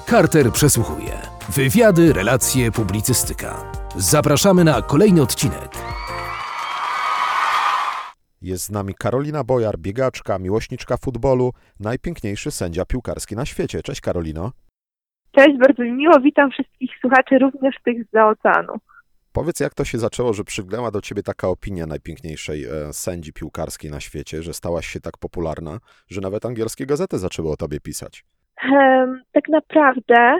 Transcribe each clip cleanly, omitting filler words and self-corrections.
Carter przesłuchuje. Wywiady, relacje, publicystyka. Zapraszamy na kolejny odcinek. Jest z nami Karolina Bojar, biegaczka, miłośniczka futbolu, najpiękniejszy sędzia piłkarski na świecie. Cześć Karolino. Cześć, bardzo mi miło. Witam wszystkich słuchaczy, również tych zza oceanu. Powiedz, jak to się zaczęło, że przygnęła do ciebie taka opinia najpiękniejszej sędzi piłkarskiej na świecie, że stałaś się tak popularna, że nawet angielskie gazety zaczęły o tobie pisać? Tak naprawdę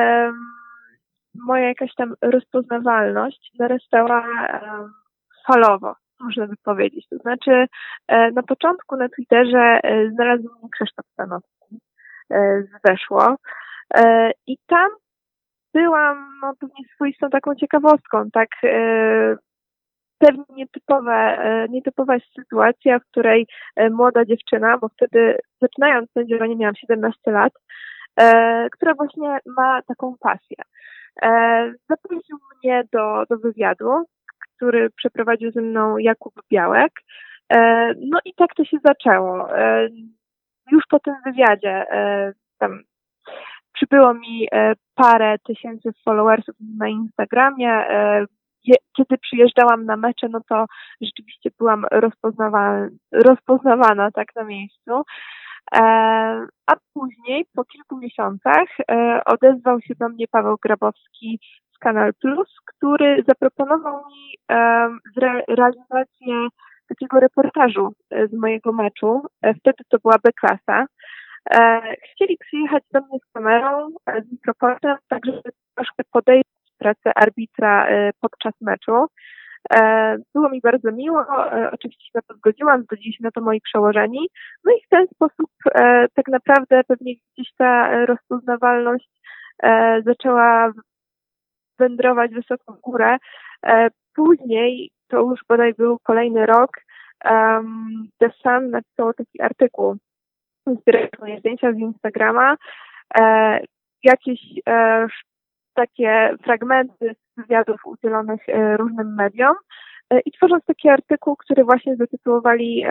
moja jakaś tam rozpoznawalność narastała falowo, można by powiedzieć. To znaczy na początku na Twitterze znalazł mnie Krzysztof Stanowski, Weszło, i tam byłam pewnie swoistą taką ciekawostką, tak pewnie nietypowa sytuacja, w której młoda dziewczyna, bo wtedy zaczynając sędziowanie miałam 17 lat, która właśnie ma taką pasję. Zaprosił mnie do wywiadu, który przeprowadził ze mną Jakub Białek. No i tak to się zaczęło. Już po tym wywiadzie tam przybyło mi parę tysięcy followersów na Instagramie. Kiedy przyjeżdżałam na mecze, no to rzeczywiście byłam rozpoznawana tak na miejscu. A później, po kilku miesiącach, odezwał się do mnie Paweł Grabowski z Kanal Plus, który zaproponował mi realizację takiego reportażu z mojego meczu. Wtedy to była B-klasa. Chcieli przyjechać do mnie z kamerą, z mikrofonem, tak żeby troszkę podejść pracę arbitra podczas meczu. Było mi bardzo miło, oczywiście się na to zgodzili się na to moi przełożeni. No i w ten sposób tak naprawdę pewnie gdzieś ta rozpoznawalność zaczęła wędrować wysoko w górę. Później, to już bodaj był kolejny rok, The Sun napisał taki artykuł, zbierał moje zdjęcia z Instagrama, jakieś takie fragmenty z wywiadów udzielonych różnym mediom i tworząc taki artykuł, który właśnie zatytułowali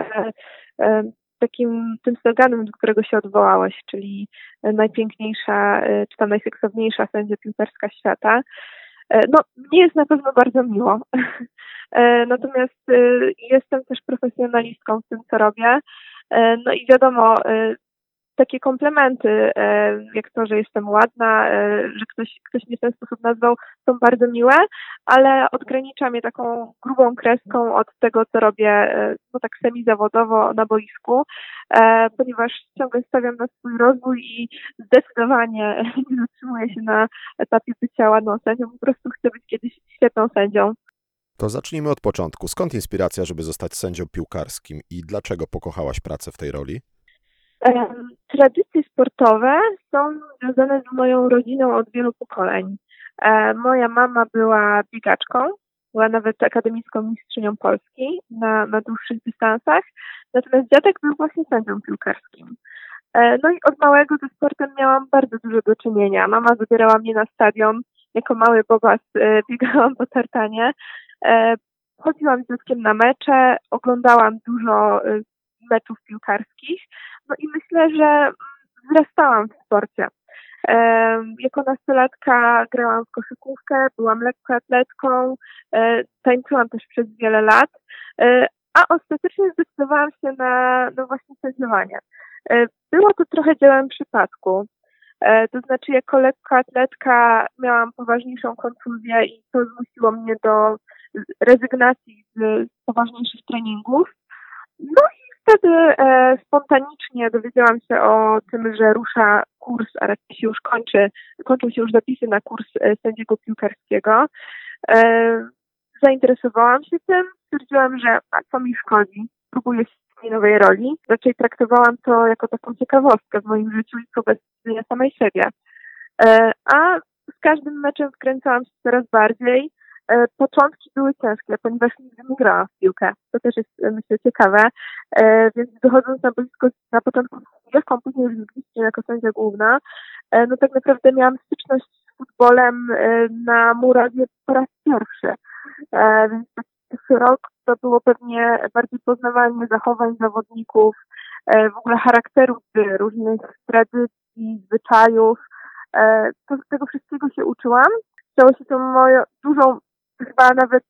tym sloganem, do którego się odwołałeś, czyli najpiękniejsza, czy tam najseksowniejsza sędzia piłkarska świata. No, mnie jest na pewno bardzo miło. Natomiast jestem też profesjonalistką w tym, co robię. No i wiadomo, takie komplementy, jak to, że jestem ładna, że ktoś mnie w ten sposób nazwał, są bardzo miłe, ale odgraniczam je taką grubą kreską od tego, co robię, no tak semi-zawodowo na boisku, ponieważ ciągle stawiam na swój rozwój i zdecydowanie nie zatrzymuję się na etapie bycia ładną sędzią, po prostu chcę być kiedyś świetną sędzią. To zacznijmy od początku. Skąd inspiracja, żeby zostać sędzią piłkarskim i dlaczego pokochałaś pracę w tej roli? Tradycje sportowe są związane z moją rodziną od wielu pokoleń. Moja mama była biegaczką, była nawet akademicką mistrzynią Polski na dłuższych dystansach, natomiast dziadek był właśnie sędzią piłkarskim. No i od małego ze sportem miałam bardzo dużo do czynienia. Mama zabierała mnie na stadion, jako mały bobas biegałam po tartanie, chodziłam z dzieckiem na mecze, oglądałam dużo meczów piłkarskich, no i myślę, że wzrastałam w sporcie. Jako nastolatka grałam w koszykówkę, byłam lekkoatletką, tańczyłam też przez wiele lat, a ostatecznie zdecydowałam się na właśnie sędziowanie. Było to trochę dziełem przypadku. To znaczy jako lekkoatletka miałam poważniejszą kontuzję i to zmusiło mnie do rezygnacji z poważniejszych treningów. No i wtedy spontanicznie dowiedziałam się o tym, że rusza kurs, a raczej się już kończą się już zapisy na kurs sędziego piłkarskiego. Zainteresowałam się tym, stwierdziłam, że co mi szkodzi, spróbuję się w tej nowej roli. Raczej traktowałam to jako taką ciekawostkę w moim życiu i próbę stwierdzenia samej siebie. A z każdym meczem wkręcałam się coraz bardziej. Początki były ciężkie, ponieważ nigdy nie grałam w piłkę. To też jest, myślę, ciekawe. Więc wychodząc na boisko na początku z gwiazdką, później już z jako sędzia główna, no tak naprawdę miałam styczność z futbolem na murawie po raz pierwszy. Więc taki pierwszy rok to było pewnie bardziej poznawanie zachowań zawodników, w ogóle charakterów różnych tradycji, zwyczajów. Tego wszystkiego się uczyłam. Stało się to moją dużą, chyba nawet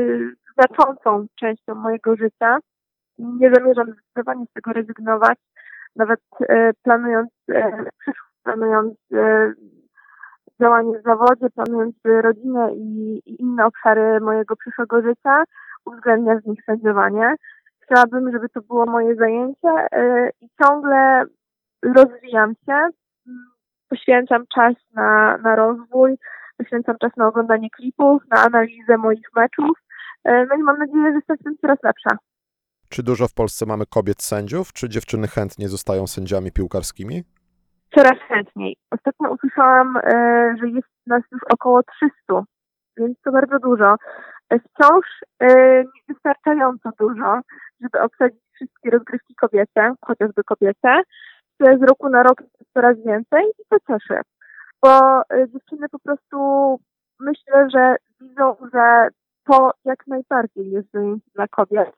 znaczącą częścią mojego życia. Nie zamierzam zdecydowanie z tego rezygnować, nawet planując przyszłość, planując działanie w zawodzie, planując rodzinę i inne obszary mojego przyszłego życia, uwzględniać w nich sędziowanie. Chciałabym, żeby to było moje zajęcie i ciągle rozwijam się, poświęcam czas na rozwój, poświęcam czas na oglądanie klipów, na analizę moich meczów, no i mam nadzieję, że jestem w tym coraz lepsza. Czy dużo w Polsce mamy kobiet sędziów, czy dziewczyny chętnie zostają sędziami piłkarskimi? Coraz chętniej. Ostatnio usłyszałam, że jest nas już około 300, więc to bardzo dużo. Wciąż niewystarczająco dużo, żeby obsadzić wszystkie rozgrywki kobiece, chociażby kobiece. Z roku na rok jest coraz więcej i to cieszy, bo dziewczyny po prostu myślę, że widzą, że to jak najbardziej jest zajęcie dla kobiet,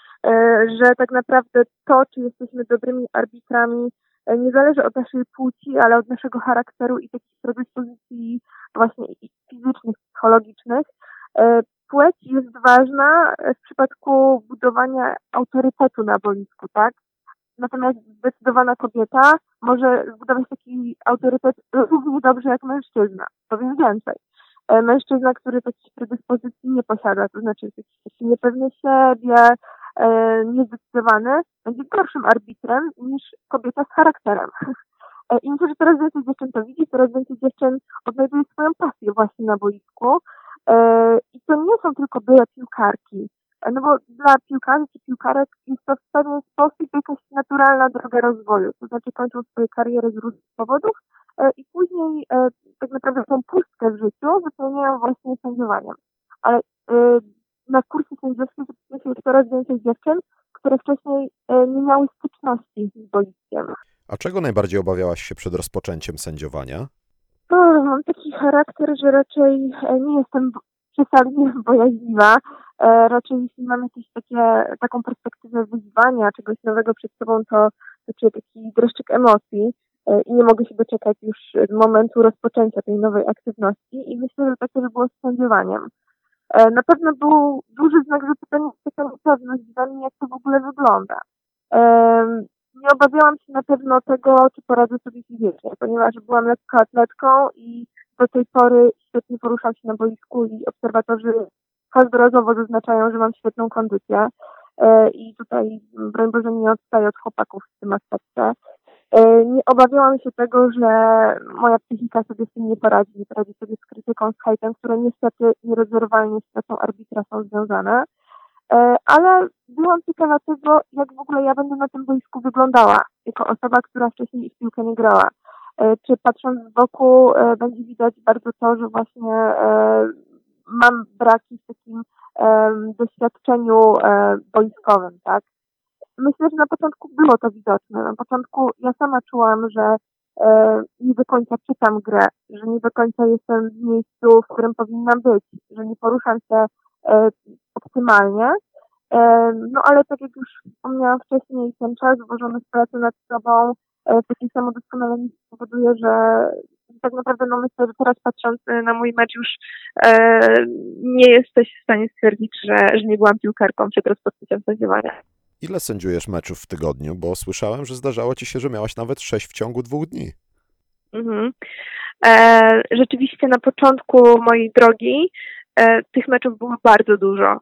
że tak naprawdę to, czy jesteśmy dobrymi arbitrami, nie zależy od naszej płci, ale od naszego charakteru i takich predyspozycji właśnie fizycznych, psychologicznych. Płeć jest ważna w przypadku budowania autorytetu na boisku, tak? Natomiast zdecydowana kobieta może zbudować taki autorytet równie dobrze jak mężczyzna. Powiem więcej. Mężczyzna, który takich predyspozycji nie posiada, to znaczy jest taki niepewny siebie, niezdecydowany, będzie gorszym arbitrem niż kobieta z charakterem. I myślę, że coraz więcej dziewczyn to widzi, coraz więcej dziewczyn odnajduje swoją pasję właśnie na boisku. I to nie są tylko byle piłkarki. No bo dla piłkarzy czy piłkarek jest to w pewien sposób jakaś naturalna droga rozwoju. To znaczy kończą swoje kariery z różnych powodów i później tak naprawdę tą pustkę w życiu wypełniają właśnie sędziowaniem. Ale na kursy sędziowskie zaczyna się coraz więcej dziewczyn, które wcześniej nie miały styczności z boiskiem. A czego najbardziej obawiałaś się przed rozpoczęciem sędziowania? Mam taki charakter, że raczej nie jestem przesadnie bojaźliwa. Raczej jeśli mam taką perspektywę wyzwania, czegoś nowego przed sobą, to czuję taki dreszczyk emocji i nie mogę się doczekać już momentu rozpoczęcia tej nowej aktywności i myślę, że tak też było z sędziowaniem. Na pewno był duży znak zapytania, taka niepewność dla mnie, jak to w ogóle wygląda. Nie obawiałam się na pewno tego, czy poradzę sobie fizycznie, ponieważ byłam lekkoatletką i do tej pory świetnie poruszam się na boisku i obserwatorzy każdorazowo zaznaczają, że mam świetną kondycję i tutaj, broń Boże, nie odstaję od chłopaków w tym aspekcie. Nie obawiałam się tego, że moja psychika sobie z tym nie poradzi sobie z krytyką, z hejtem, które niestety nierozerwalnie z pracą arbitra są związane. Ale byłam ciekawa tego, jak w ogóle ja będę na tym boisku wyglądała, jako osoba, która wcześniej w piłkę nie grała. Czy patrząc z boku będzie widać bardzo to, że właśnie mam braki w takim doświadczeniu boiskowym, tak? Myślę, że na początku było to widoczne. Na początku ja sama czułam, że nie do końca czytam grę, że nie do końca jestem w miejscu, w którym powinnam być, że nie poruszam się optymalnie. No ale tak jak już wspomniałam wcześniej, ten czas włożony w pracę nad sobą, takie samodoskonalenie powoduje, że tak naprawdę myślę, że teraz patrząc na mój mecz już nie jesteś w stanie stwierdzić, że nie byłam piłkarką przed rozpoczęciem sędziowania. Ile sędziujesz meczów w tygodniu? Bo słyszałem, że zdarzało ci się, że miałaś nawet 6 w ciągu 2 dni. Mhm. Rzeczywiście na początku mojej drogi tych meczów było bardzo dużo.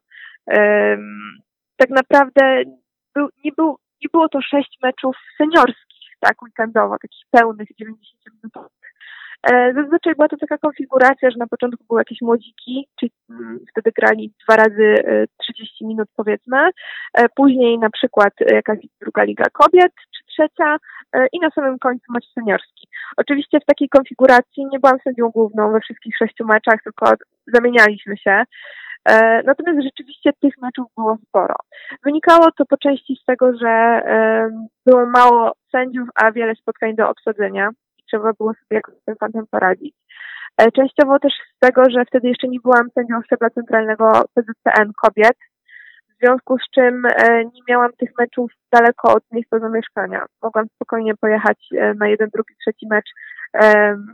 Tak naprawdę nie było to 6 meczów seniorskich, tak, weekendowo, takich pełnych, 90-minutowych. Zazwyczaj była to taka konfiguracja, że na początku były jakieś młodziki, czyli wtedy grali 2 razy 30 minut powiedzmy, później na przykład jakaś druga liga kobiet, czy trzecia i na samym końcu mecz seniorski. Oczywiście w takiej konfiguracji nie byłam sędzią główną we wszystkich 6 meczach, tylko zamienialiśmy się. Natomiast rzeczywiście tych meczów było sporo. Wynikało to po części z tego, że było mało sędziów, a wiele spotkań do obsadzenia i trzeba było sobie jakoś z tym fantem poradzić. Częściowo też z tego, że wtedy jeszcze nie byłam sędzią szczebla centralnego PZPN kobiet, w związku z czym nie miałam tych meczów daleko od miejsca zamieszkania. Mogłam spokojnie pojechać na jeden, drugi, trzeci mecz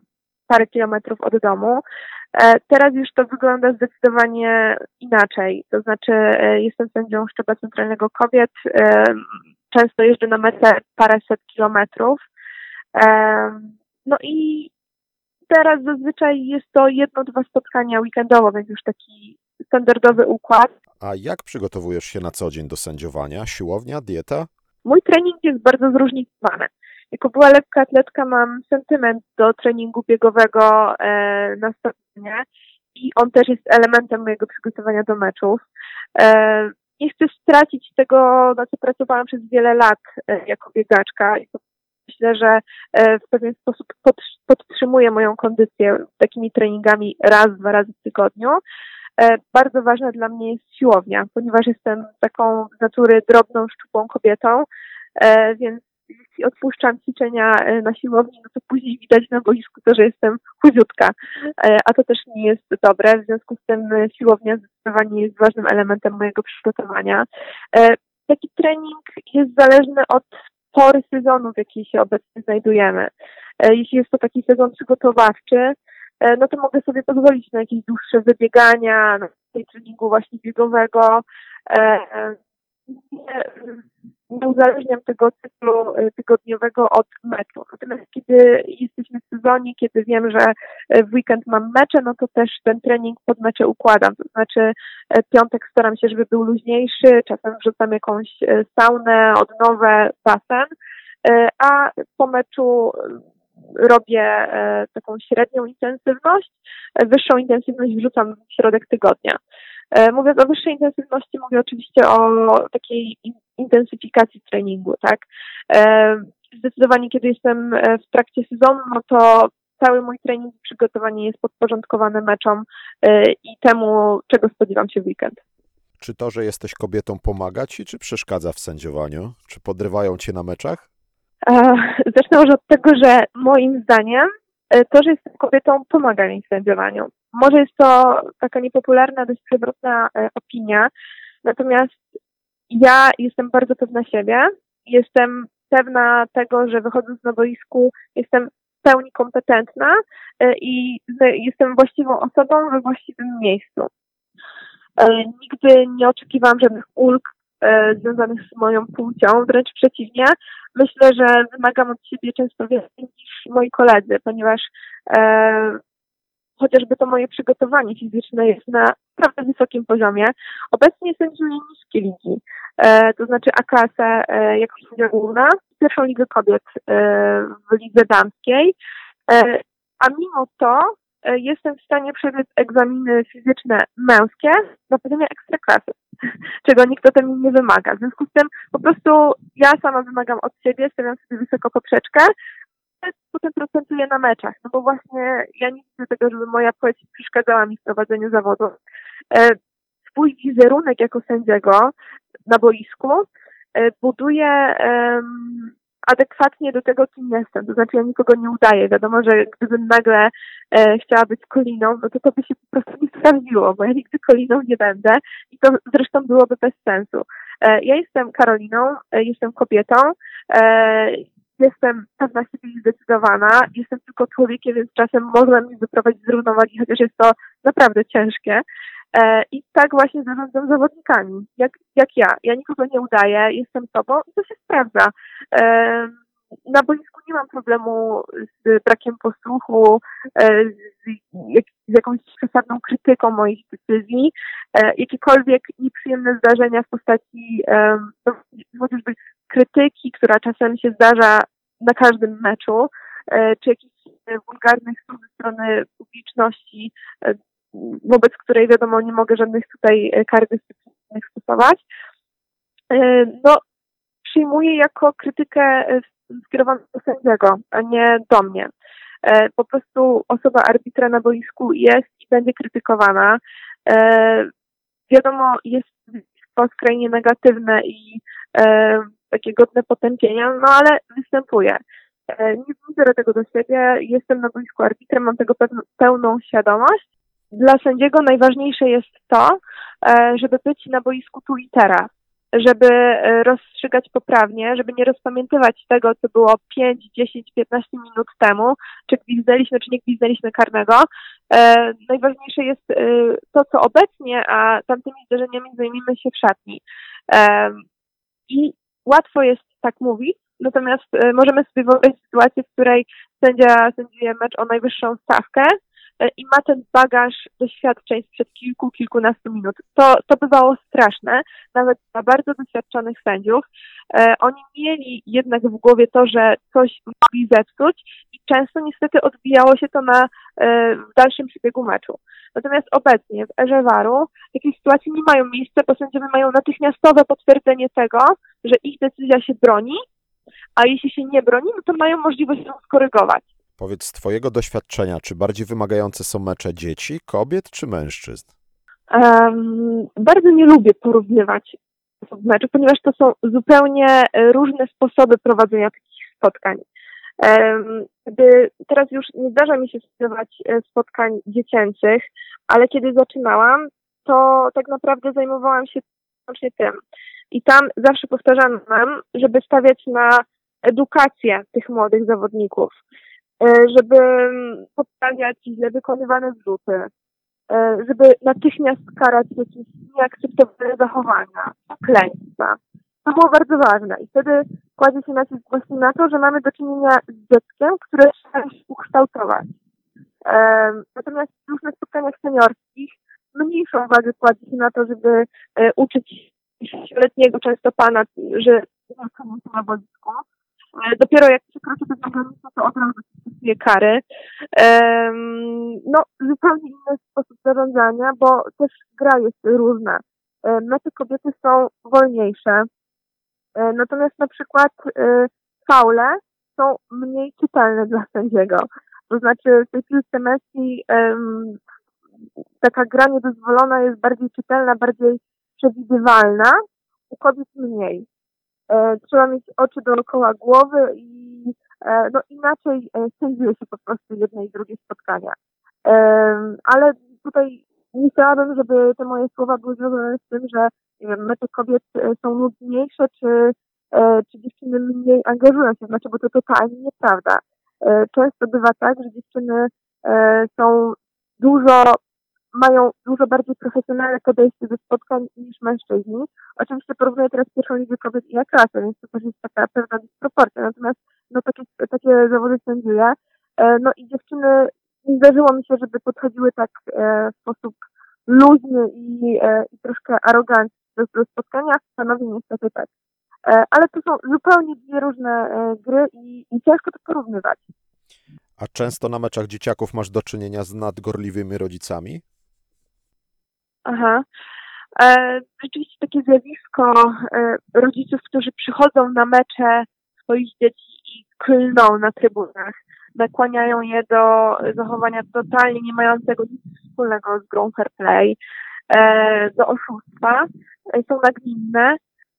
parę kilometrów od domu. Teraz już to wygląda zdecydowanie inaczej. To znaczy jestem sędzią szczebla centralnego kobiet. Często jeżdżę na metę paręset kilometrów. No i teraz zazwyczaj jest to 1-2 spotkania weekendowo, więc już taki standardowy układ. A jak przygotowujesz się na co dzień do sędziowania? Siłownia, dieta? Mój trening jest bardzo zróżnicowany. Jako była lekkoatletka mam sentyment do treningu biegowego na stadionie i on też jest elementem mojego przygotowania do meczów. Nie chcę stracić tego, na co pracowałam przez wiele lat jako biegaczka i myślę, że w pewien sposób podtrzymuję moją kondycję takimi treningami 1-2 razy w tygodniu. Bardzo ważna dla mnie jest siłownia, ponieważ jestem taką z natury drobną, szczupłą kobietą, więc jeśli odpuszczam ćwiczenia na siłowni, no to później widać na boisku to, że jestem chudziutka, a to też nie jest dobre, w związku z tym siłownia zdecydowanie jest ważnym elementem mojego przygotowania. Taki trening jest zależny od pory sezonu, w jakiej się obecnie znajdujemy. Jeśli jest to taki sezon przygotowawczy, no to mogę sobie pozwolić na jakieś dłuższe wybiegania, na tej treningu właśnie biegowego. Nie uzależniam tego cyklu tygodniowego od meczu. Natomiast kiedy jesteśmy w sezonie, kiedy wiem, że w weekend mam mecze, no to też ten trening pod mecze układam. To znaczy piątek staram się, żeby był luźniejszy, czasem wrzucam jakąś saunę, odnowę, basen, a po meczu robię taką średnią intensywność, wyższą intensywność wrzucam w środek tygodnia. Mówiąc o wyższej intensywności, mówię oczywiście o takiej intensyfikacji treningu, tak? Zdecydowanie, kiedy jestem w trakcie sezonu, no to cały mój trening i przygotowanie jest podporządkowane meczom i temu, czego spodziewam się w weekend. Czy to, że jesteś kobietą, pomaga ci, czy przeszkadza w sędziowaniu? Czy podrywają cię na meczach? Zacznę może od tego, że moim zdaniem to, że jestem kobietą, pomaga mi w sędziowaniu. Może jest to taka niepopularna, dość przewrotna opinia, natomiast ja jestem bardzo pewna siebie, jestem pewna tego, że wychodząc na boisku jestem w pełni kompetentna i jestem właściwą osobą we właściwym miejscu. Nigdy nie oczekiwałam żadnych ulg związanych z moją płcią, wręcz przeciwnie. Myślę, że wymagam od siebie często więcej niż moi koledzy, ponieważ chociażby to moje przygotowanie fizyczne jest na naprawdę wysokim poziomie. Obecnie sędziuję niskie ligi, to znaczy A-klasę jako sędzia główna, pierwszą ligę kobiet w lidze damskiej, a mimo to jestem w stanie przebiec egzaminy fizyczne męskie na poziomie ekstraklasy, czego nikt ode mnie nie wymaga. W związku z tym po prostu ja sama wymagam od siebie, stawiam sobie wysoko poprzeczkę, potem procentuję na meczach, no bo właśnie ja nie widzę tego, żeby moja płeć przeszkadzała mi w prowadzeniu zawodu. Swój wizerunek jako sędziego na boisku buduję adekwatnie do tego, kim jestem. To znaczy ja nikogo nie udaję. Wiadomo, że gdybym nagle chciała być Koliną, no to by się po prostu nie sprawdziło, bo ja nigdy Koliną nie będę i to zresztą byłoby bez sensu. Ja jestem Karoliną, jestem kobietą, jestem pewna siebie i zdecydowana, jestem tylko człowiekiem, więc czasem można mnie wyprowadzić z równowagi, chociaż jest to naprawdę ciężkie. I tak właśnie zarządzam zawodnikami, jak ja. Ja nikogo nie udaję, jestem sobą i to się sprawdza. Na boisku nie mam problemu z brakiem posłuchu, z jakąś przesadną krytyką moich decyzji. Jakiekolwiek nieprzyjemne zdarzenia w postaci chociażby krytyki, która czasem się zdarza na każdym meczu, czy jakichś wulgarnych słów ze strony publiczności, wobec której wiadomo nie mogę żadnych tutaj kar dyscyplinarnych stosować, no przyjmuję jako krytykę skierowaną do sędziego, a nie do mnie. Po prostu osoba arbitra na boisku jest i będzie krytykowana. Wiadomo, jest to skrajnie negatywne i takie godne potępienia, no ale występuje. Nie biorę tego do siebie, jestem na boisku arbitrem, mam tego pełną świadomość. Dla sędziego najważniejsze jest to, żeby być na boisku tu i teraz. żeby rozstrzygać poprawnie, żeby nie rozpamiętywać tego, co było 5, 10, 15 minut temu, czy gwizdaliśmy, czy nie gwizdaliśmy karnego. Najważniejsze jest to, co obecnie, a tamtymi zdarzeniami zajmijmy się w szatni. I łatwo jest tak mówić, natomiast możemy sobie wyobrazić sytuację, w której sędzia sędziuje mecz o najwyższą stawkę i ma ten bagaż doświadczeń sprzed kilkunastu minut. To bywało straszne, nawet dla bardzo doświadczonych sędziów. Oni mieli jednak w głowie to, że coś mogli zepsuć i często niestety odbijało się to w dalszym przebiegu meczu. Natomiast obecnie w erze VAR-u takie sytuacje nie mają miejsca, bo sędziowie mają natychmiastowe potwierdzenie tego, że ich decyzja się broni, a jeśli się nie broni, no to mają możliwość ją skorygować. Powiedz, z twojego doświadczenia, czy bardziej wymagające są mecze dzieci, kobiet czy mężczyzn? Bardzo nie lubię porównywać meczy, ponieważ to są zupełnie różne sposoby prowadzenia takich spotkań. Teraz już nie zdarza mi się sędziować spotkań dziecięcych, ale kiedy zaczynałam, to tak naprawdę zajmowałam się wyłącznie tym. I tam zawsze powtarzano nam, żeby stawiać na edukację tych młodych zawodników, żeby poprawiać źle wykonywane zrzuty, żeby natychmiast karać jakieś nieakceptowalne zachowania, przekleństwa. To było bardzo ważne i wtedy kładzie się nacisk właśnie na to, że mamy do czynienia z dzieckiem, które trzeba się ukształtować. Natomiast w różnych spotkaniach seniorskich mniejszą uwagę kładzie się na to, żeby uczyć 6-letniego często pana, że nie na boisku. Dopiero jak przekroczy tę granicę, to od razu stosuje kary. Zupełnie inny sposób zarządzania, bo też gra jest różna. Mecze kobiety są wolniejsze. Natomiast na przykład faule są mniej czytelne dla sędziego. To znaczy w tej piłce męskiej taka gra niedozwolona jest bardziej czytelna, bardziej przewidywalna, u kobiet mniej. Trzeba mieć oczy dookoła głowy i inaczej sędziuje się po prostu jedne i drugie spotkania. Ale tutaj nie chciałabym, żeby te moje słowa były związane z tym, że nie wiem, mecze kobiet są nudniejsze, czy dziewczyny mniej angażują się, bo to totalnie nieprawda. Często bywa tak, że dziewczyny mają dużo bardziej profesjonalne podejście do spotkań niż mężczyźni. Oczywiście porównuję teraz pierwszą ligę kobiet i klasę, więc to też jest taka pewna dysproporcja. Natomiast takie zawody sędziuję. I dziewczyny, nie zdarzyło mi się, żeby podchodziły tak w sposób luźny i troszkę arogancki do spotkania. Stanowi niestety tak. Ale to są zupełnie dwie różne gry i ciężko to porównywać. A często na meczach dzieciaków masz do czynienia z nadgorliwymi rodzicami? Aha. Rzeczywiście takie zjawisko rodziców, którzy przychodzą na mecze swoich dzieci i klną na trybunach, nakłaniają je do zachowania totalnie nie mającego nic wspólnego z grą fair play, do oszustwa, są nagminne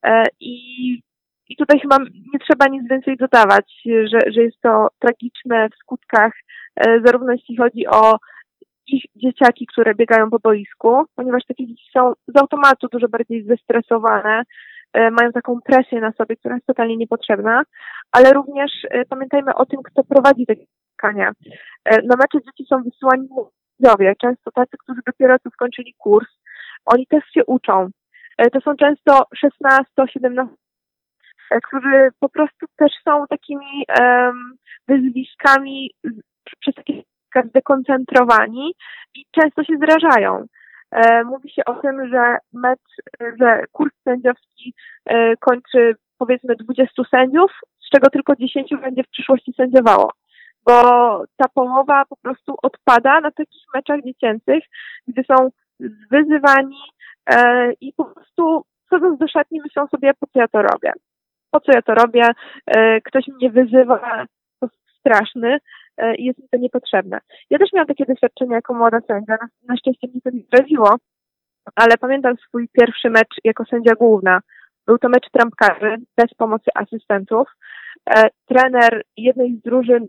i tutaj chyba nie trzeba nic więcej dodawać, że jest to tragiczne w skutkach, zarówno jeśli chodzi o ich dzieciaki, które biegają po boisku, ponieważ takie dzieci są z automatu dużo bardziej zestresowane, mają taką presję na sobie, która jest totalnie niepotrzebna, ale również pamiętajmy o tym, kto prowadzi te spotkania. Na mecze dzieci są wysyłani młodzieżowie, często tacy, którzy dopiero co skończyli kurs. Oni też się uczą. To są często 16-17, którzy po prostu też są takimi wyzwiskami przez takie zdekoncentrowani i często się zrażają. Mówi się o tym, że kurs sędziowski kończy powiedzmy 20 sędziów, z czego tylko 10 będzie w przyszłości sędziowało, bo ta połowa po prostu odpada na takich meczach dziecięcych, gdzie są wyzywani i po prostu wchodząc do szatni myślą sobie, po co ja to robię? Po co ja to robię? Ktoś mnie wyzywa, to straszny i jest mi to niepotrzebne. Ja też miałam takie doświadczenie jako młoda sędzia. Na szczęście mnie to nie zdradziło, ale pamiętam swój pierwszy mecz jako sędzia główna. Był to mecz trampkarzy, bez pomocy asystentów. Trener jednej z drużyn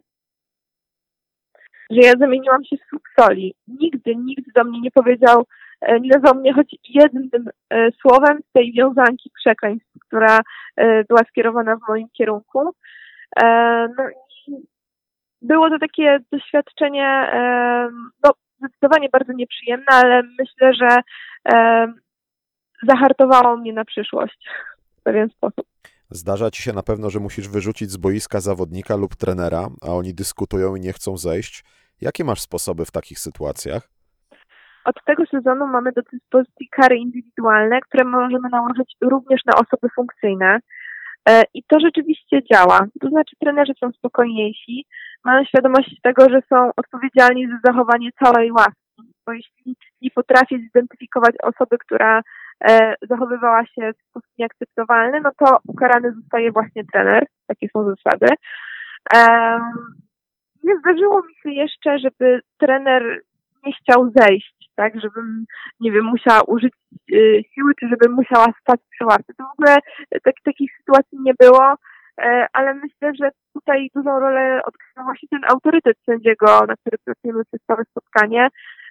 że ja zamieniłam się w słup soli. Nikt do mnie nie powiedział, nie nazwał mnie choć jednym słowem z tej wiązanki przekleństw, która była skierowana w moim kierunku. No i było to takie doświadczenie, no zdecydowanie bardzo nieprzyjemne, ale myślę, że zahartowało mnie na przyszłość w pewien sposób. Zdarza ci się na pewno, że musisz wyrzucić z boiska zawodnika lub trenera, a oni dyskutują i nie chcą zejść. Jakie masz sposoby w takich sytuacjach? Od tego sezonu mamy do dyspozycji kary indywidualne, które możemy nałożyć również na osoby funkcyjne. I to rzeczywiście działa. To znaczy trenerzy są spokojniejsi, mają świadomość tego, że są odpowiedzialni za zachowanie całej ławki. Bo jeśli nie potrafię zidentyfikować osoby, która zachowywała się w sposób nieakceptowalny, no to ukarany zostaje właśnie trener. Takie są zasady. Nie zdarzyło mi się jeszcze, żeby trener nie chciał zejść, tak, żebym, nie wiem, musiała użyć siły, czy żebym musiała stać przy ławce. To w ogóle takich sytuacji nie było, ale myślę, że tutaj dużą rolę odgrywa właśnie ten autorytet sędziego, na który pracujemy przez całe spotkanie.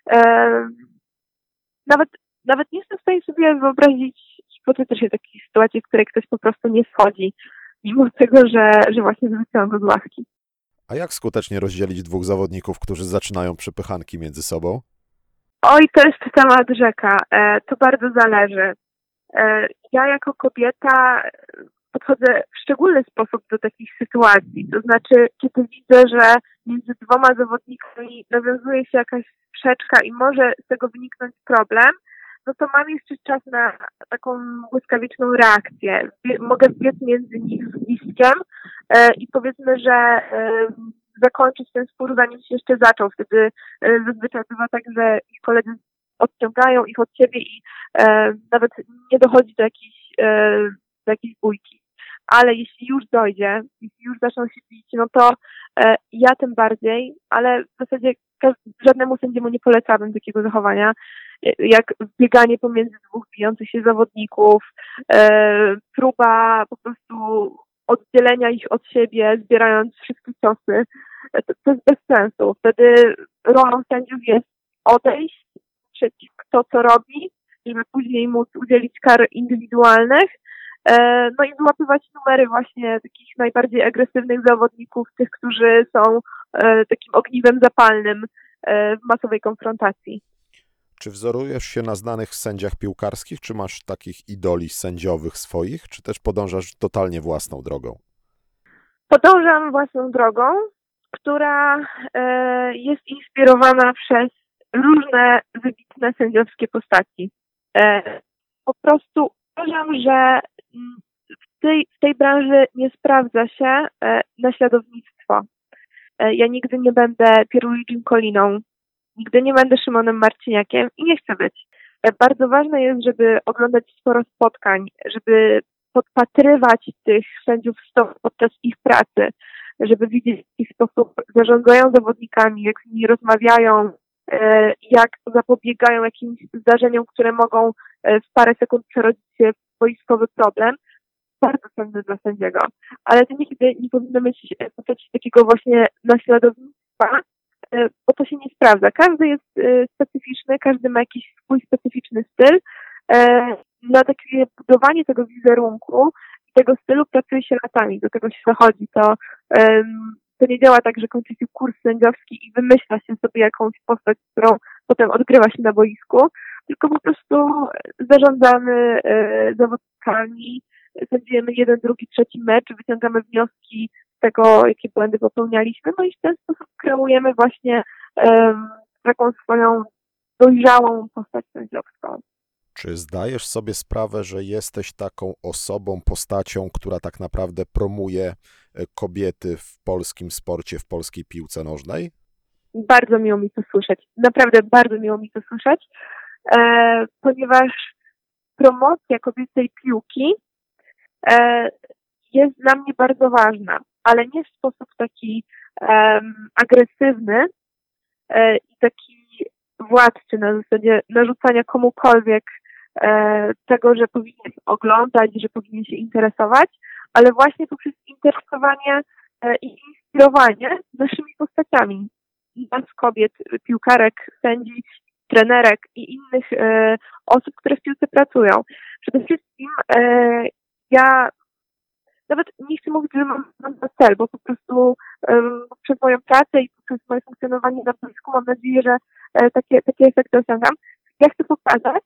Nawet nie jestem w stanie sobie wyobrazić hipotetycznie takiej sytuacji, w której ktoś po prostu nie schodzi, mimo tego, że właśnie wróciłam do ławki. A jak skutecznie rozdzielić dwóch zawodników, którzy zaczynają przepychanki między sobą? Oj, to jest temat rzeka. To bardzo zależy. Ja jako kobieta podchodzę w szczególny sposób do takich sytuacji. To znaczy, kiedy widzę, że między dwoma zawodnikami nawiązuje się jakaś sprzeczka i może z tego wyniknąć problem, no to mam jeszcze czas na taką błyskawiczną reakcję. Mogę wbiec między nich z bliskiem i powiedzmy, że zakończyć ten spór, zanim się jeszcze zaczął. Wtedy zazwyczaj bywa tak, że ich koledzy odciągają ich od siebie i nawet nie dochodzi do jakiejś bójki. Ale jeśli już dojdzie, jeśli już zaczną się bić, no to ja tym bardziej, ale w zasadzie żadnemu sędziemu nie polecałabym takiego zachowania, jak bieganie pomiędzy dwóch bijących się zawodników, próba po prostu oddzielenia ich od siebie, zbierając wszystkie ciosy. To jest bez sensu. Wtedy rolą sędziów jest odejść, patrzeć kto co robi, żeby później móc udzielić kar indywidualnych, no i złapywać numery właśnie takich najbardziej agresywnych zawodników, tych, którzy są takim ogniwem zapalnym w masowej konfrontacji. Czy wzorujesz się na znanych sędziach piłkarskich, czy masz takich idoli sędziowych swoich, czy też podążasz totalnie własną drogą? Podążam własną drogą, która jest inspirowana przez różne wybitne sędziowskie postaci. Po prostu uważam, że w tej branży nie sprawdza się naśladownictwo. Ja nigdy nie będę Pierluigim Colliną, nigdy nie będę Szymonem Marciniakiem i nie chcę być. Bardzo ważne jest, żeby oglądać sporo spotkań, żeby podpatrywać tych sędziów podczas ich pracy, żeby widzieć, w jaki sposób zarządzają zawodnikami, jak z nimi rozmawiają, jak zapobiegają jakimś zdarzeniom, które mogą w parę sekund przerodzić się w wojskowy problem. Bardzo cenne dla sędziego. Ale to nigdy nie powinno mieć postaci takiego właśnie naśladownictwa, bo to się nie sprawdza. Każdy jest specyficzny, każdy ma jakiś swój specyficzny styl. Na takie budowanie tego wizerunku i tego stylu pracuje się latami, do tego się dochodzi. To nie działa tak, że kończy się kurs sędziowski i wymyśla się sobie jakąś postać, którą potem odgrywa się na boisku, tylko po prostu zarządzamy zawodnikami, sędziujemy jeden, drugi, trzeci mecz, wyciągamy wnioski z tego, jakie błędy popełnialiśmy, no i w ten sposób kreujemy właśnie taką swoją dojrzałą postać sędziowską. Czy zdajesz sobie sprawę, że jesteś taką osobą, postacią, która tak naprawdę promuje kobiety w polskim sporcie, w polskiej piłce nożnej? Bardzo miło mi to słyszeć. Naprawdę bardzo miło mi to słyszeć, ponieważ promocja kobiecej piłki jest dla mnie bardzo ważna, ale nie w sposób taki agresywny i taki władczy na zasadzie narzucania komukolwiek tego, że powinien oglądać, że powinien się interesować, ale właśnie poprzez interesowanie i inspirowanie naszymi postaciami. Nas kobiet, piłkarek, sędzi, trenerek i innych osób, które w piłce pracują. Przede wszystkim ja nawet nie chcę mówić, że mam na cel, bo po prostu przez moją pracę i przez moje funkcjonowanie na boisku mam nadzieję, że takie efekty osiągam. Ja chcę pokazać,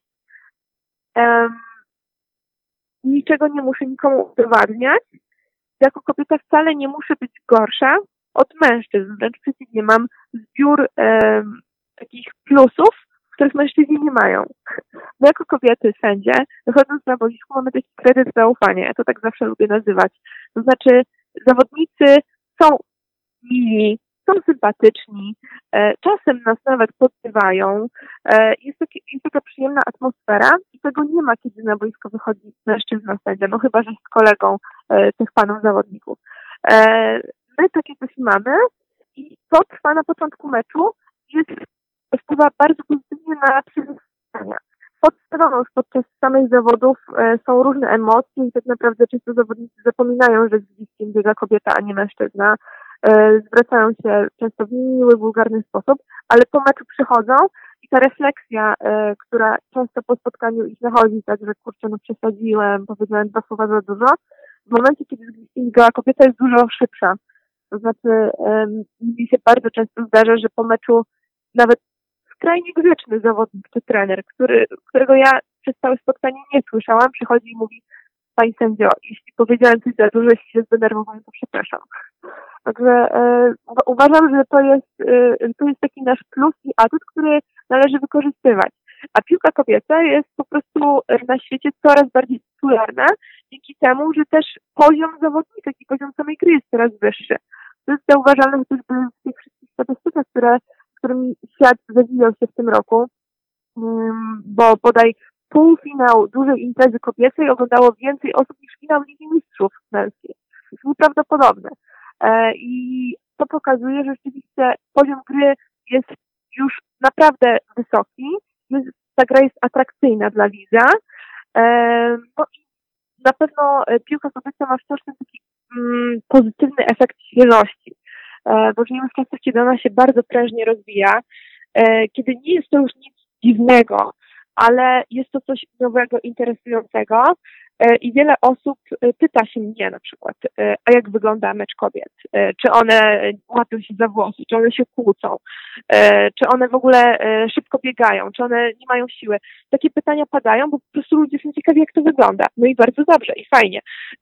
niczego nie muszę nikomu udowadniać. Jako kobieta wcale nie muszę być gorsza od mężczyzn. Wręcz przeciwnie, mam zbiór takich plusów, których mężczyźni nie mają. My jako kobiety, sędzie, wychodząc na boisku, mamy taki kredyt zaufania. Ja to tak zawsze lubię nazywać. To znaczy, zawodnicy są mili, są sympatyczni, czasem nas nawet podbywają. Jest taka przyjemna atmosfera i tego nie ma, kiedy na boisko wychodzi mężczyzna sędzia, no chyba, że z kolegą tych panów zawodników. My takie coś mamy i to trwa na początku meczu i wpływa bardzo pozytywnie na przebieg spotkania. Już podczas samych zawodów są różne emocje i tak naprawdę często zawodnicy zapominają, że z bliskiem biega kobieta, a nie mężczyzna. Zwracają się często w miły, wulgarny sposób, ale po meczu przychodzą i ta refleksja, która często po spotkaniu ich nachodzi, tak, że kurczę, no przesadziłem, powiedziałem 2 słowa za dużo, w momencie, kiedy z bliskim biegała kobieta, jest dużo szybsza. To znaczy, mi się bardzo często zdarza, że po meczu nawet skrajnie grzeczny zawodnik czy trener, którego ja przez całe spotkanie nie słyszałam, przychodzi i mówi: pani sędzio, jeśli powiedziałem coś za dużo, jeśli się zdenerwowałem, to przepraszam. Także uważam, że to jest taki nasz plus i atut, który należy wykorzystywać. A piłka kobieca jest po prostu na świecie coraz bardziej popularna, dzięki temu, że też poziom zawodniczek i poziom samej gry jest coraz wyższy. To jest zauważalne chociażby w tych wszystkich statystykach, którymi świat zawijał się w tym roku, bo bodaj półfinał dużej imprezy kobiecej oglądało więcej osób niż finał Ligi Mistrzów męskiej. To jest nieprawdopodobne. I to pokazuje, że rzeczywiście poziom gry jest już naprawdę wysoki, ta gra jest atrakcyjna dla widza. No i na pewno piłka kobieca ma wciąż ten taki pozytywny efekt świeżości, bo żyjemy w czasach, kiedy ona się bardzo prężnie rozwija, kiedy nie jest to już nic dziwnego, ale jest to coś nowego, interesującego i wiele osób pyta się mnie na przykład, a jak wygląda mecz kobiet? Czy one łapią się za włosy, czy one się kłócą, czy one w ogóle szybko biegają, czy one nie mają siły? Takie pytania padają, bo po prostu ludzie są ciekawi, jak to wygląda. No i bardzo dobrze i fajnie.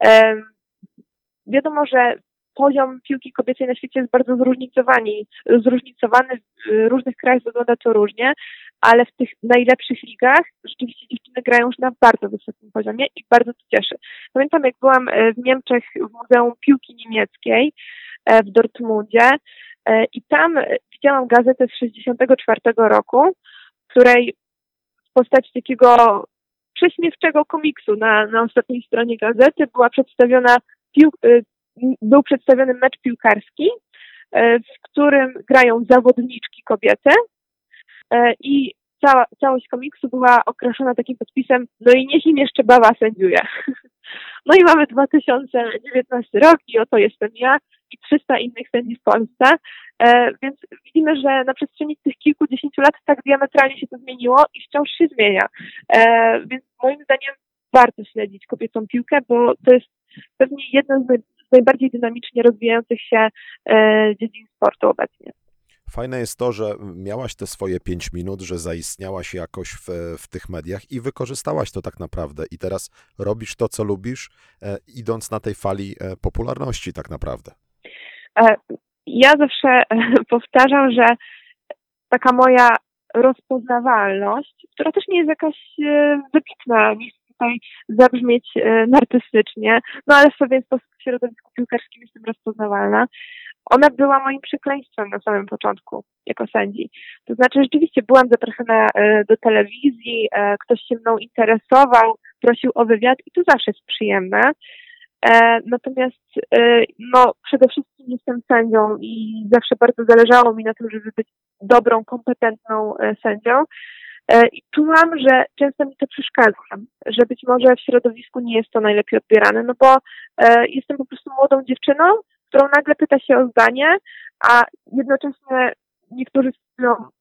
Wiadomo, że poziom piłki kobiecej na świecie jest bardzo zróżnicowany, w różnych krajach wygląda to różnie, ale w tych najlepszych ligach rzeczywiście dziewczyny grają już na bardzo wysokim poziomie i bardzo to cieszy. Pamiętam, jak byłam w Niemczech w Muzeum Piłki Niemieckiej w Dortmundzie i tam widziałam gazetę z 1964 roku, w której w postaci takiego prześmiewczego komiksu na ostatniej stronie gazety był przedstawiony mecz piłkarski, w którym grają zawodniczki kobiety i całość komiksu była okraszona takim podpisem: no i niech im jeszcze baba sędziuje. No i mamy 2019 rok i oto jestem ja i 300 innych sędzi w Polsce, więc widzimy, że na przestrzeni tych kilkudziesięciu lat tak diametralnie się to zmieniło i wciąż się zmienia. Więc moim zdaniem warto śledzić kobiecą piłkę, bo to jest pewnie jedno z najbardziej dynamicznie rozwijających się dziedzin sportu obecnie. Fajne jest to, że miałaś te swoje 5 minut, że zaistniałaś jakoś w tych mediach i wykorzystałaś to tak naprawdę. I teraz robisz to, co lubisz, idąc na tej fali popularności tak naprawdę. Ja zawsze powtarzam, że taka moja rozpoznawalność, która też nie jest jakaś wybitna, nie chcę tutaj zabrzmieć narcystycznie, no ale w pewien sposób w środowisku piłkarskim jestem rozpoznawalna. Ona była moim przekleństwem na samym początku jako sędzi. To znaczy rzeczywiście byłam zaproszona do telewizji, ktoś się mną interesował, prosił o wywiad i to zawsze jest przyjemne. Natomiast no, przede wszystkim jestem sędzią i zawsze bardzo zależało mi na tym, żeby być dobrą, kompetentną sędzią. I czułam, że często mi to przeszkadza, że być może w środowisku nie jest to najlepiej odbierane, no bo jestem po prostu młodą dziewczyną, którą nagle pyta się o zdanie, a jednocześnie niektórzy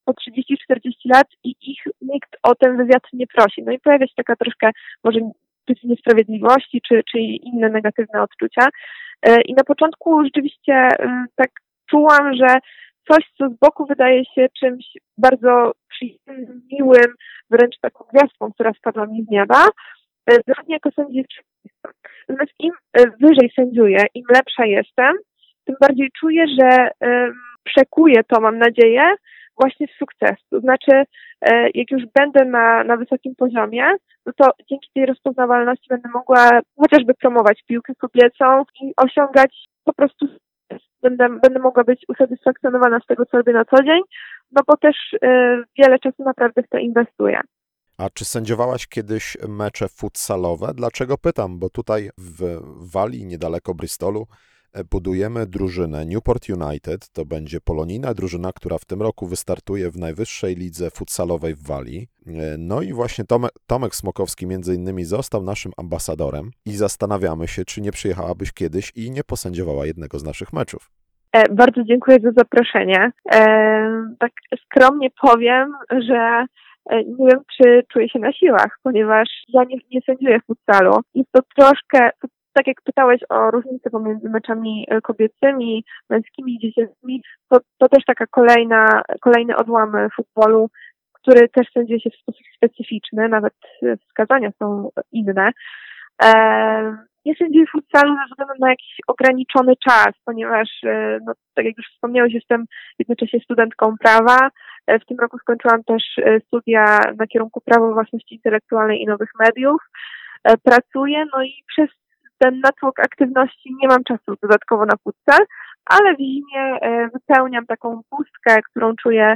po 30-40 lat i ich nikt o ten wywiad nie prosi. No i pojawia się taka troszkę może niesprawiedliwości czy inne negatywne odczucia. I na początku rzeczywiście tak czułam, że coś, co z boku wydaje się czymś bardzo przyjemnym, miłym, wręcz taką gwiazdką, która spadła mi z nieba, dla mnie jako sędzi jest przeciwko. Natomiast im wyżej sędziuję, im lepsza jestem, tym bardziej czuję, że przekuję to, mam nadzieję, właśnie w sukces. To znaczy, jak już będę na wysokim poziomie, no to dzięki tej rozpoznawalności będę mogła chociażby promować piłkę kobiecą i osiągać po prostu sukces. Będę mogła być usatysfakcjonowana z tego, co robię na co dzień, no bo też wiele czasu naprawdę w to inwestuję. A czy sędziowałaś kiedyś mecze futsalowe? Dlaczego pytam? Bo tutaj w Walii, niedaleko Bristolu, budujemy drużynę Newport United. To będzie polonijna drużyna, która w tym roku wystartuje w najwyższej lidze futsalowej w Walii. No i właśnie Tomek Smokowski między innymi został naszym ambasadorem i zastanawiamy się, czy nie przyjechałabyś kiedyś i nie posędziowała jednego z naszych meczów. Bardzo dziękuję za zaproszenie. Tak skromnie powiem, że nie wiem, czy czuję się na siłach, ponieważ ja nie sędziuję futsalu. Jest to troszkę, tak jak pytałeś o różnicę pomiędzy meczami kobiecymi, męskimi i dziecięcymi, to też taka kolejny odłam futbolu, który też sędziuje się w sposób specyficzny, nawet wskazania są inne. Nie sędziuję futsalu ze względu na jakiś ograniczony czas, ponieważ, no, tak jak już wspomniałeś, jestem jednocześnie studentką prawa. W tym roku skończyłam też studia na kierunku prawo własności intelektualnej i nowych mediów. Pracuję, no i przez ten natłok aktywności nie mam czasu dodatkowo na futsal, ale w zimie wypełniam taką pustkę, którą czuję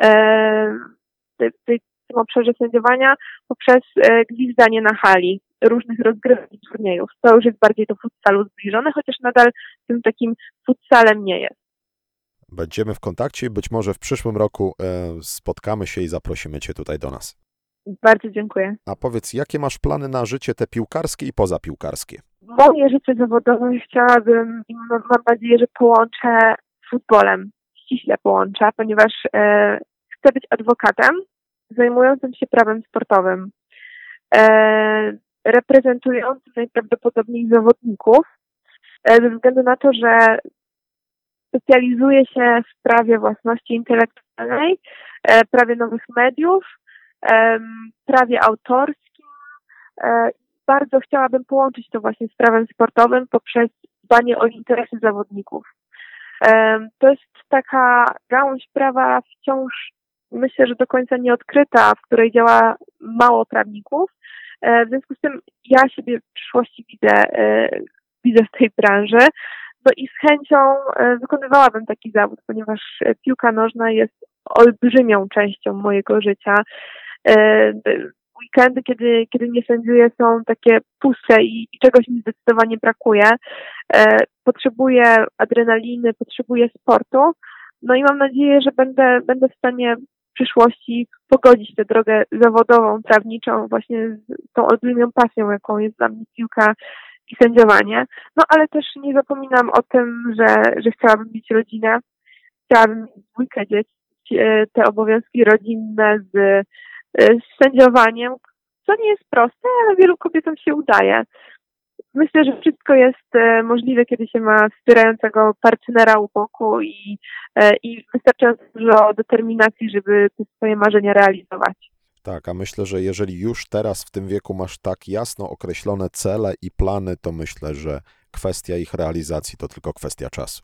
w tym obszarze sędziowania poprzez gwizdanie na hali różnych rozgrywek i turniejów. To już jest bardziej do futsalu zbliżone, chociaż nadal tym takim futsalem nie jest. Będziemy w kontakcie i być może w przyszłym roku spotkamy się i zaprosimy Cię tutaj do nas. Bardzo dziękuję. A powiedz, jakie masz plany na życie te piłkarskie i pozapiłkarskie? Moje życie zawodowe chciałabym i mam nadzieję, że połączę z futbolem. Ściśle połączę, ponieważ chcę być adwokatem zajmującym się prawem sportowym. Reprezentującym najprawdopodobniej zawodników, ze względu na to, że specjalizuję się w prawie własności intelektualnej, prawie nowych mediów, prawie autorskim. Bardzo chciałabym połączyć to właśnie z prawem sportowym poprzez dbanie o interesy zawodników. To jest taka gałąź prawa wciąż, myślę, że do końca nieodkryta, w której działa mało prawników. W związku z tym ja siebie w przyszłości widzę w tej branży. No i z chęcią wykonywałabym taki zawód, ponieważ piłka nożna jest olbrzymią częścią mojego życia. Weekendy, kiedy nie sędziuję, są takie puste i czegoś mi zdecydowanie brakuje. Potrzebuję adrenaliny, potrzebuję sportu. No i mam nadzieję, że będę w stanie w przyszłości pogodzić tę drogę zawodową, prawniczą właśnie z tą olbrzymią pasją, jaką jest dla mnie piłka i sędziowanie. No ale też nie zapominam o tym, że chciałabym mieć rodzinę, chciałabym mieć dwójkę dzieci, te obowiązki rodzinne z sędziowaniem, co nie jest proste, ale wielu kobietom się udaje. Myślę, że wszystko jest możliwe, kiedy się ma wspierającego partnera u boku i wystarczająco dużo determinacji, żeby te swoje marzenia realizować. Tak, a myślę, że jeżeli już teraz w tym wieku masz tak jasno określone cele i plany, to myślę, że kwestia ich realizacji to tylko kwestia czasu.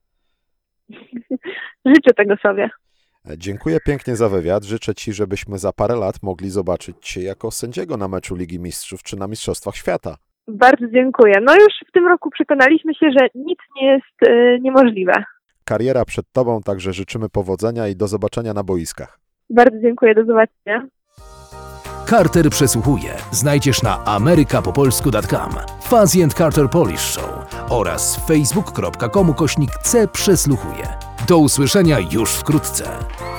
Życzę tego sobie. Dziękuję pięknie za wywiad. Życzę Ci, żebyśmy za parę lat mogli zobaczyć Cię jako sędziego na meczu Ligi Mistrzów czy na Mistrzostwach Świata. Bardzo dziękuję. No już w tym roku przekonaliśmy się, że nic nie jest niemożliwe. Kariera przed Tobą, także życzymy powodzenia i do zobaczenia na boiskach. Bardzo dziękuję, do zobaczenia. Carter przesłuchuje znajdziesz na amerykapopolsku.com, Fuzzy & Carter Polish Show oraz facebook.com/C przesłuchuje. Do usłyszenia już wkrótce.